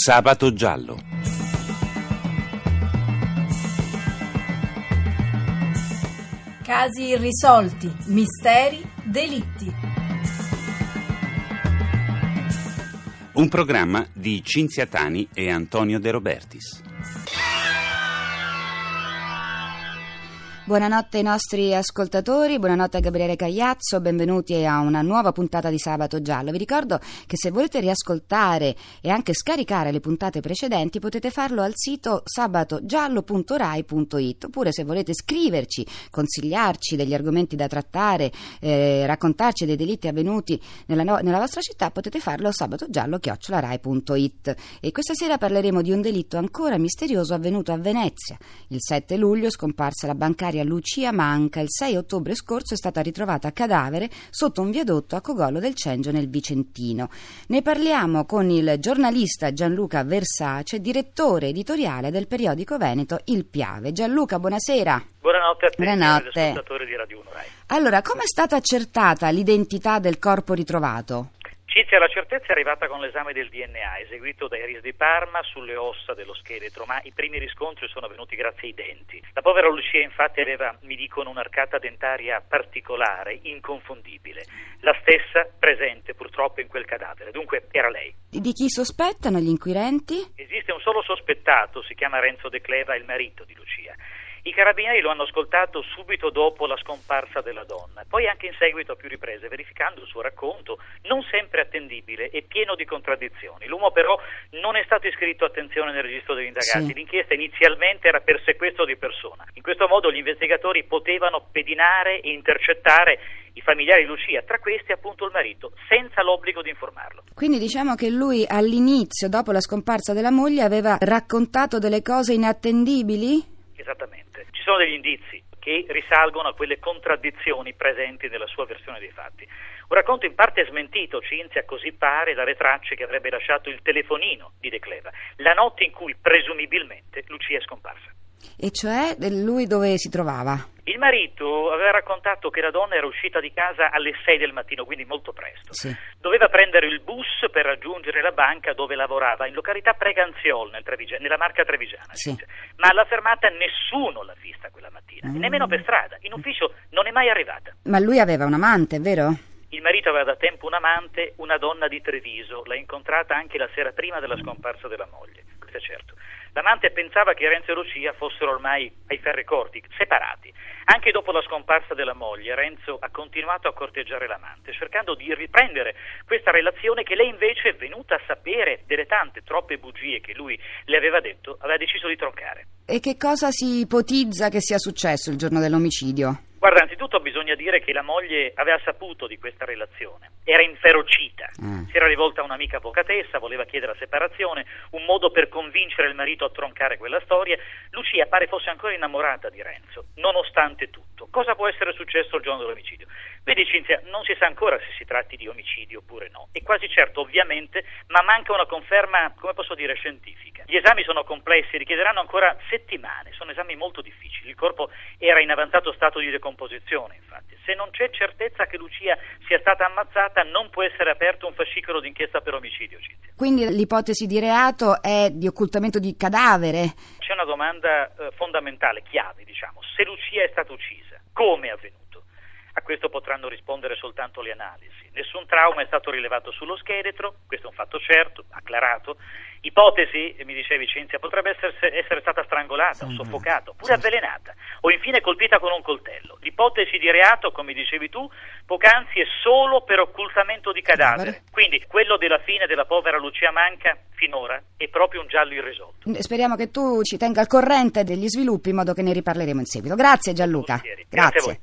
Sabato giallo. Casi irrisolti, misteri, delitti. Un programma di Cinzia Tani e Antonio De Robertis. Buonanotte ai nostri ascoltatori, buonanotte a Gabriele Cagliazzo, benvenuti a una nuova puntata di Sabato Giallo. Vi ricordo che se volete riascoltare e anche scaricare le puntate precedenti potete farlo al sito sabatogiallo.rai.it, oppure se volete scriverci, consigliarci degli argomenti da trattare, raccontarci dei delitti avvenuti nella vostra città, potete farlo a sabatogiallo@rai.it. E questa sera parleremo di un delitto ancora misterioso avvenuto a Venezia. Il 7 luglio scomparsa la bancaria Lucia Manca. Il 6 ottobre scorso è stata ritrovata cadavere sotto un viadotto a Cogollo del Cengio nel Vicentino. Ne parliamo con il giornalista Gianluca Versace, direttore editoriale del periodico veneto Il Piave. Gianluca, buonasera. Buonanotte a te e agli Buonanotte. ascoltatori di Radio 1 Rai. Allora, come è stata accertata l'identità del corpo ritrovato? Cinzia, la certezza è arrivata con l'esame del DNA eseguito dai RIS di Parma sulle ossa dello scheletro, ma i primi riscontri sono venuti grazie ai denti. La povera Lucia infatti aveva, mi dicono, un'arcata dentaria particolare, inconfondibile, la stessa presente purtroppo in quel cadavere, dunque era lei. Di chi sospettano gli inquirenti? Esiste un solo sospettato, si chiama Renzo De Cleva, il marito di Lucia. I carabinieri lo hanno ascoltato subito dopo la scomparsa della donna, poi anche in seguito a più riprese, verificando il suo racconto non sempre attendibile e pieno di contraddizioni. L'uomo però non è stato iscritto, attenzione, nel registro degli indagati. Sì. L'inchiesta inizialmente era per sequestro di persona. In questo modo gli investigatori potevano pedinare e intercettare i familiari di Lucia, tra questi appunto il marito, senza l'obbligo di informarlo. Quindi diciamo che lui all'inizio, dopo la scomparsa della moglie, aveva raccontato delle cose inattendibili? Esattamente. Ci sono degli indizi che risalgono a quelle contraddizioni presenti nella sua versione dei fatti. Un racconto in parte smentito, Cinzia, così pare, dalle tracce che avrebbe lasciato il telefonino di De Cleva, la notte in cui presumibilmente Lucia è scomparsa. E cioè, lui dove si trovava? Il marito aveva raccontato che la donna era uscita di casa alle 6 del mattino, quindi molto presto. Sì. Doveva prendere il bus per raggiungere la banca dove lavorava, in località Preganziol, nella Marca Trevigiana. Sì. Ma alla fermata nessuno l'ha vista quella mattina, e nemmeno per strada. In ufficio non è mai arrivata. Ma lui aveva un amante, vero? Il marito aveva da tempo un amante, una donna di Treviso, l'ha incontrata anche la sera prima della scomparsa della moglie, questo è certo. L'amante pensava che Renzo e Lucia fossero ormai ai ferri corti, separati. Anche dopo la scomparsa della moglie, Renzo ha continuato a corteggiare l'amante, cercando di riprendere questa relazione che lei invece, venuta a sapere delle tante, troppe bugie che lui le aveva detto, aveva deciso di troncare. E che cosa si ipotizza che sia successo il giorno dell'omicidio? Guarda, anzitutto bisogna dire che la moglie aveva saputo di questa relazione, era inferocita, si era rivolta a un'amica avvocatessa, voleva chiedere la separazione, un modo per convincere il marito a troncare quella storia. Lucia pare fosse ancora innamorata di Renzo, nonostante tutto. Cosa può essere successo il giorno dell'omicidio? Vedi Cinzia, non si sa ancora se si tratti di omicidio oppure no, è quasi certo ovviamente, ma manca una conferma, come posso dire, scientifica. Gli esami sono complessi, richiederanno ancora settimane, sono esami molto difficili, il corpo era in avanzato stato di decomposizione, infatti. Se non c'è certezza che Lucia sia stata ammazzata, non può essere aperto un fascicolo d'inchiesta per omicidio, Cinzia. Quindi l'ipotesi di reato è di occultamento di cadavere? C'è una domanda fondamentale, chiave, diciamo. Se Lucia è stata uccisa, come è avvenuto? A questo potranno rispondere soltanto le analisi. Nessun trauma è stato rilevato sullo scheletro, questo è un fatto certo, acclarato. Ipotesi, mi dicevi Cinzia, potrebbe essere stata strangolata, o soffocata, oppure avvelenata, o infine colpita con un coltello. L'ipotesi di reato, come dicevi tu, poc'anzi è solo per occultamento di cadavere. Quindi quello della fine della povera Lucia Manca, finora, è proprio un giallo irrisolto. Speriamo che tu ci tenga al corrente degli sviluppi in modo che ne riparleremo in seguito. Grazie Gianluca. Volentieri. Grazie a voi.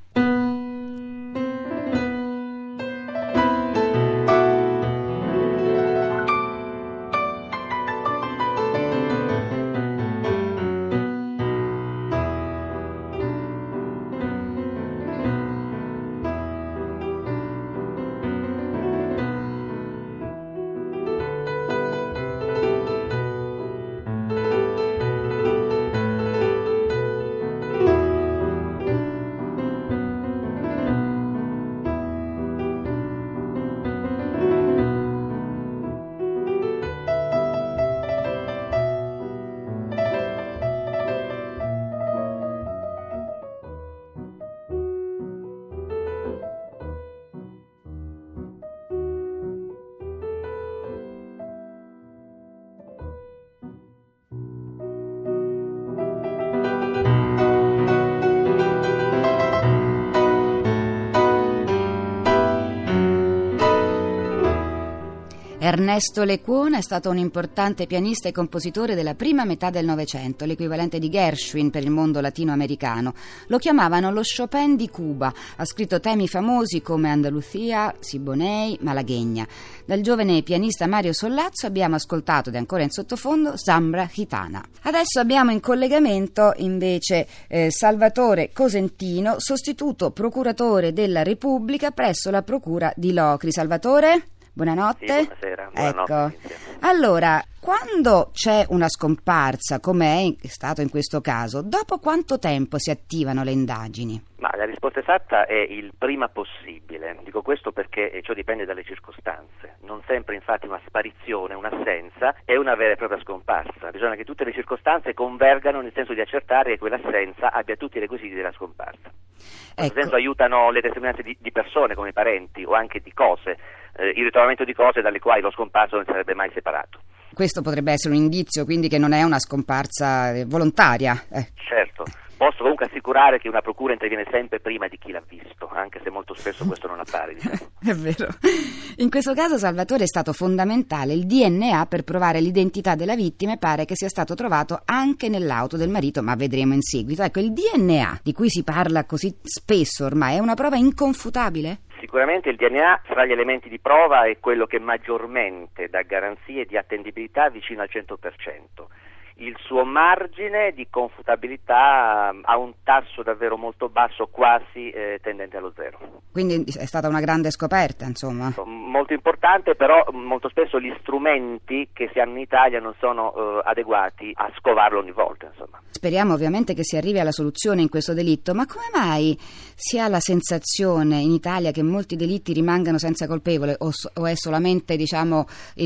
Ernesto Lecuona è stato un importante pianista e compositore della prima metà del Novecento, l'equivalente di Gershwin per il mondo latinoamericano. Lo chiamavano lo Chopin di Cuba. Ha scritto temi famosi come Andalusia, Siboney, Malagueña. Dal giovane pianista Mario Sollazzo abbiamo ascoltato, ed è ancora in sottofondo, Zambra Gitana. Adesso abbiamo in collegamento invece Salvatore Cosentino, sostituto procuratore della Repubblica presso la Procura di Locri. Salvatore? Buonanotte. Sì, buonasera. Buonanotte. Ecco. Allora, quando c'è una scomparsa, come è stato in questo caso, dopo quanto tempo si attivano le indagini? Ma la risposta esatta è il prima possibile. Dico questo perché ciò dipende dalle circostanze. Non sempre infatti una sparizione, un'assenza è una vera e propria scomparsa. Bisogna che tutte le circostanze convergano nel senso di accertare che quell'assenza abbia tutti i requisiti della scomparsa. In questo senso aiutano le testimonianze di persone come i parenti o anche di cose, il ritrovamento di cose dalle quali lo scomparso non sarebbe mai separato. Questo potrebbe essere un indizio quindi che non è una scomparsa volontaria. Certo. Posso comunque assicurare che una procura interviene sempre prima di chi l'ha visto, anche se molto spesso questo non appare, diciamo. È vero. In questo caso, Salvatore, è stato fondamentale il DNA per provare l'identità della vittima e pare che sia stato trovato anche nell'auto del marito, ma vedremo in seguito. Ecco, il DNA, di cui si parla così spesso ormai, è una prova inconfutabile? Sicuramente il DNA fra gli elementi di prova è quello che maggiormente dà garanzie di attendibilità vicino al 100%. Il suo margine di confutabilità ha un tasso davvero molto basso, quasi tendente allo zero. Quindi è stata una grande scoperta, insomma. Molto importante, però molto spesso gli strumenti che si hanno in Italia non sono adeguati a scovarlo ogni volta, insomma. Speriamo ovviamente che si arrivi alla soluzione in questo delitto, ma come mai si ha la sensazione in Italia che molti delitti rimangano senza colpevole o è solamente, diciamo,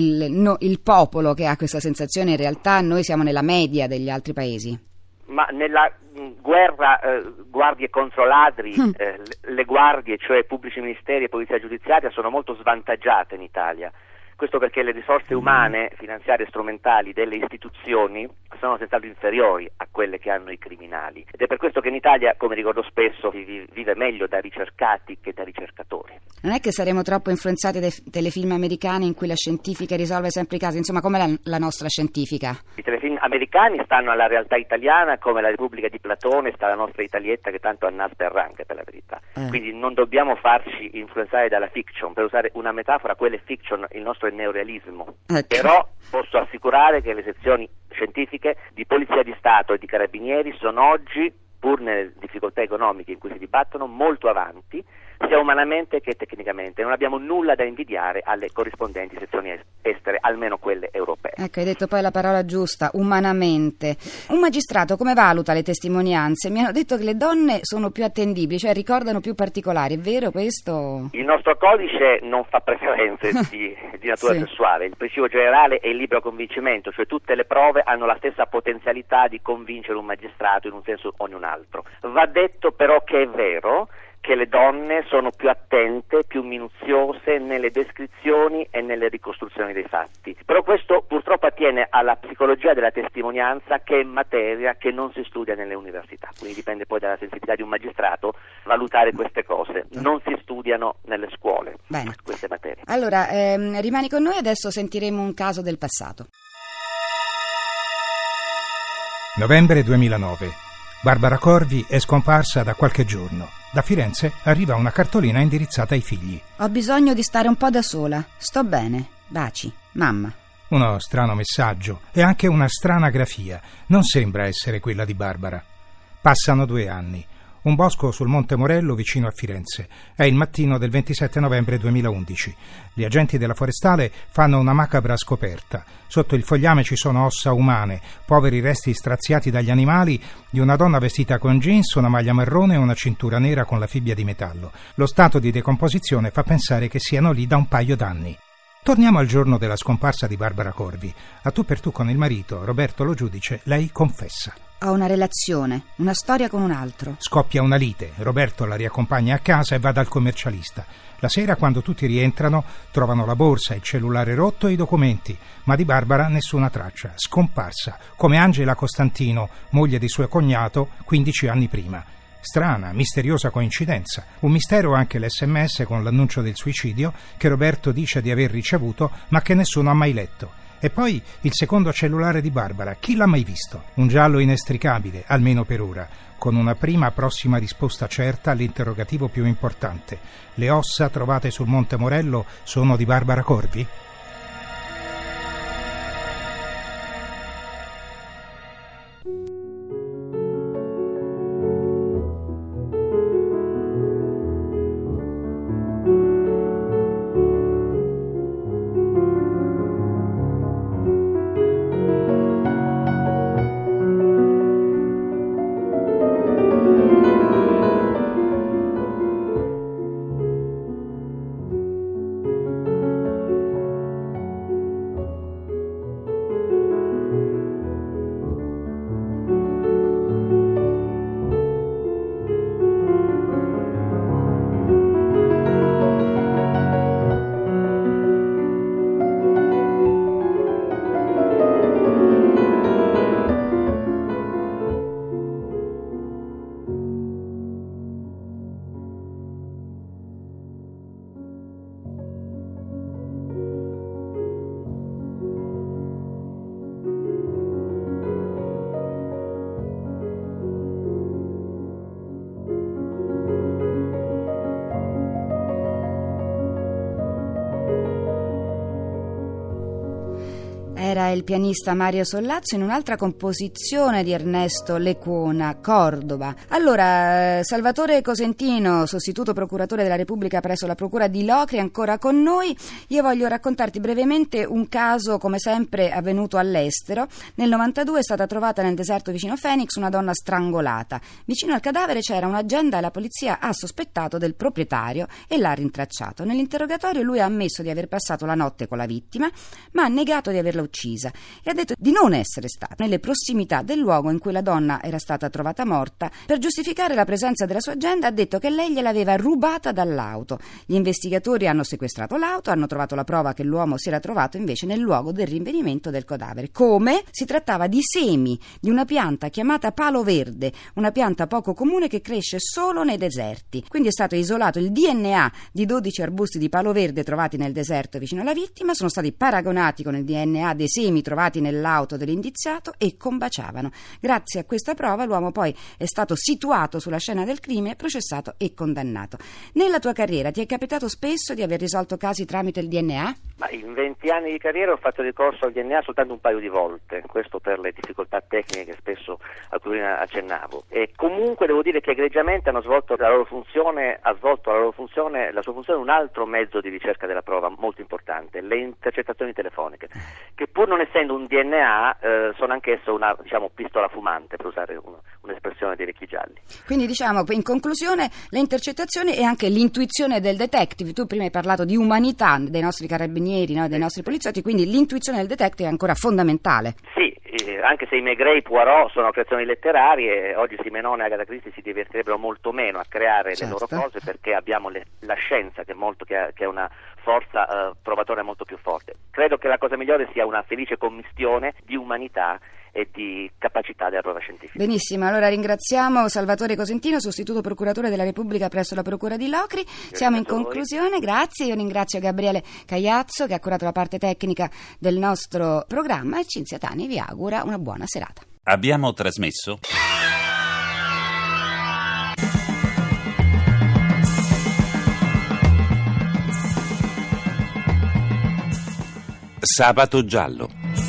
il popolo che ha questa sensazione? In realtà noi siamo nella media degli altri paesi. Ma nella guerra guardie contro ladri, le guardie, cioè pubblici ministeri e polizia giudiziaria, sono molto svantaggiate in Italia. Questo perché le risorse umane, finanziarie e strumentali delle istituzioni sono senz'altro inferiori a quelle che hanno i criminali. Ed è per questo che in Italia, come ricordo spesso, si vive meglio da ricercati che da ricercatori. Non è che saremo troppo influenzati dai telefilm americani in cui la scientifica risolve sempre i casi, insomma, come la nostra scientifica? I telefilm americani stanno alla realtà italiana come la Repubblica di Platone sta alla nostra Italietta che tanto annaspa e arranca, per la verità. Quindi non dobbiamo farci influenzare dalla fiction. Per usare una metafora, quella è fiction, il nostro è neorealismo. Però posso assicurare che le sezioni scientifiche di Polizia di Stato e di Carabinieri sono oggi, pur nelle difficoltà economiche in cui si dibattono, molto avanti, sia umanamente che tecnicamente. Non abbiamo nulla da invidiare alle corrispondenti sezioni estere, almeno quelle europee. Ecco, hai detto poi la parola giusta, umanamente. Un magistrato come valuta le testimonianze? Mi hanno detto che le donne sono più attendibili, cioè ricordano più particolari, è vero questo? Il nostro codice non fa preferenze di natura sessuale, il principio generale è il libero convincimento, cioè tutte le prove hanno la stessa potenzialità di convincere un magistrato in un senso o in un altro. Va detto però che è vero che le donne sono più attente, più minuziose nelle descrizioni e nelle ricostruzioni dei fatti. Però questo purtroppo attiene alla psicologia della testimonianza, che è materia che non si studia nelle università. Quindi dipende poi dalla sensibilità di un magistrato valutare queste cose. Non si studiano nelle scuole. Bene. Queste materie. Allora, rimani con noi, adesso sentiremo un caso del passato. Novembre 2009. Barbara Corvi è scomparsa da qualche giorno. Da Firenze arriva una cartolina indirizzata ai figli. Ho bisogno di stare un po' da sola. Sto bene. Baci. Mamma. Uno strano messaggio e anche una strana grafia. Non sembra essere quella di Barbara. Passano 2 anni. Un bosco sul Monte Morello vicino a Firenze. È il mattino del 27 novembre 2011. Gli agenti della forestale fanno una macabra scoperta. Sotto il fogliame ci sono ossa umane, poveri resti straziati dagli animali di una donna vestita con jeans, una maglia marrone e una cintura nera con la fibbia di metallo. Lo stato di decomposizione fa pensare che siano lì da un paio d'anni. Torniamo al giorno della scomparsa di Barbara Corvi. A tu per tu con il marito, Roberto Lo Giudice, lei confessa. Ho una relazione, una storia con un altro. Scoppia una lite, Roberto la riaccompagna a casa e va dal commercialista. La sera, quando tutti rientrano, trovano la borsa, il cellulare rotto e i documenti, ma di Barbara nessuna traccia, scomparsa, come Angela Costantino, moglie di suo cognato 15 anni prima. Strana, misteriosa coincidenza. Un mistero anche l'SMS con l'annuncio del suicidio che Roberto dice di aver ricevuto ma che nessuno ha mai letto. E poi il secondo cellulare di Barbara, chi l'ha mai visto? Un giallo inestricabile, almeno per ora, con una prima prossima risposta certa all'interrogativo più importante. Le ossa trovate sul Monte Morello sono di Barbara Corvi? Era il pianista Mario Sollazzo in un'altra composizione di Ernesto Lecona, Cordova. Allora, Salvatore Cosentino, sostituto procuratore della Repubblica presso la Procura di Locri, ancora con noi. Io voglio raccontarti brevemente un caso, come sempre, avvenuto all'estero. Nel 92 è stata trovata nel deserto vicino Phoenix una donna strangolata. Vicino al cadavere c'era un'agenda e la polizia ha sospettato del proprietario e l'ha rintracciato. Nell'interrogatorio lui ha ammesso di aver passato la notte con la vittima, ma ha negato di averla uccisa e ha detto di non essere stato nelle prossimità del luogo in cui la donna era stata trovata morta. Per giustificare la presenza della sua agenda ha detto che lei gliel'aveva rubata dall'auto. Gli investigatori hanno sequestrato l'auto, hanno trovato la prova che l'uomo si era trovato invece nel luogo del rinvenimento del cadavere. Come? Si trattava di semi di una pianta chiamata palo verde, una pianta poco comune che cresce solo nei deserti. Quindi è stato isolato il DNA di 12 arbusti di palo verde trovati nel deserto vicino alla vittima, sono stati paragonati con il DNA dei semi trovati nell'auto dell'indiziato e combaciavano. Grazie a questa prova l'uomo poi è stato situato sulla scena del crimine, processato e condannato. Nella tua carriera ti è capitato spesso di aver risolto casi tramite il DNA? Ma in 20 anni di carriera ho fatto ricorso al DNA soltanto un paio di volte, questo per le difficoltà tecniche spesso a cui accennavo. E comunque devo dire che egregiamente hanno svolto la loro funzione, la sua funzione un altro mezzo di ricerca della prova molto importante, le intercettazioni telefoniche, che pur non essendo un DNA sono anch'esso una pistola fumante, per usare un'espressione dei Vecchi Gialli. Quindi in conclusione le intercettazioni e anche l'intuizione del detective. Tu prima hai parlato di umanità dei nostri carabinieri, no? Dei nostri poliziotti, quindi l'intuizione del detective è ancora fondamentale. Sì, anche se i Maigret, Poirot sono creazioni letterarie, oggi Simenone e Agatha Christie si divertirebbero molto meno a creare le loro cose, perché abbiamo la scienza che è una forza provatoria molto più forte. Credo che la cosa migliore sia una felice commistione di umanità e di capacità della prova scientifica. Benissimo, allora ringraziamo Salvatore Cosentino, sostituto procuratore della Repubblica presso la Procura di Locri. Siamo in conclusione, grazie. Io ringrazio Gabriele Cagliazzo che ha curato la parte tecnica del nostro programma e Cinzia Tani vi augura una buona serata. Abbiamo trasmesso Sabato Giallo.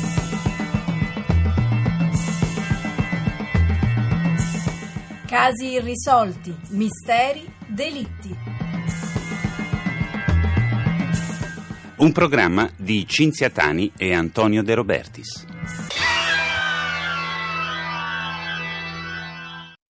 Casi irrisolti, misteri, delitti. Un programma di Cinzia Tani e Antonio De Robertis.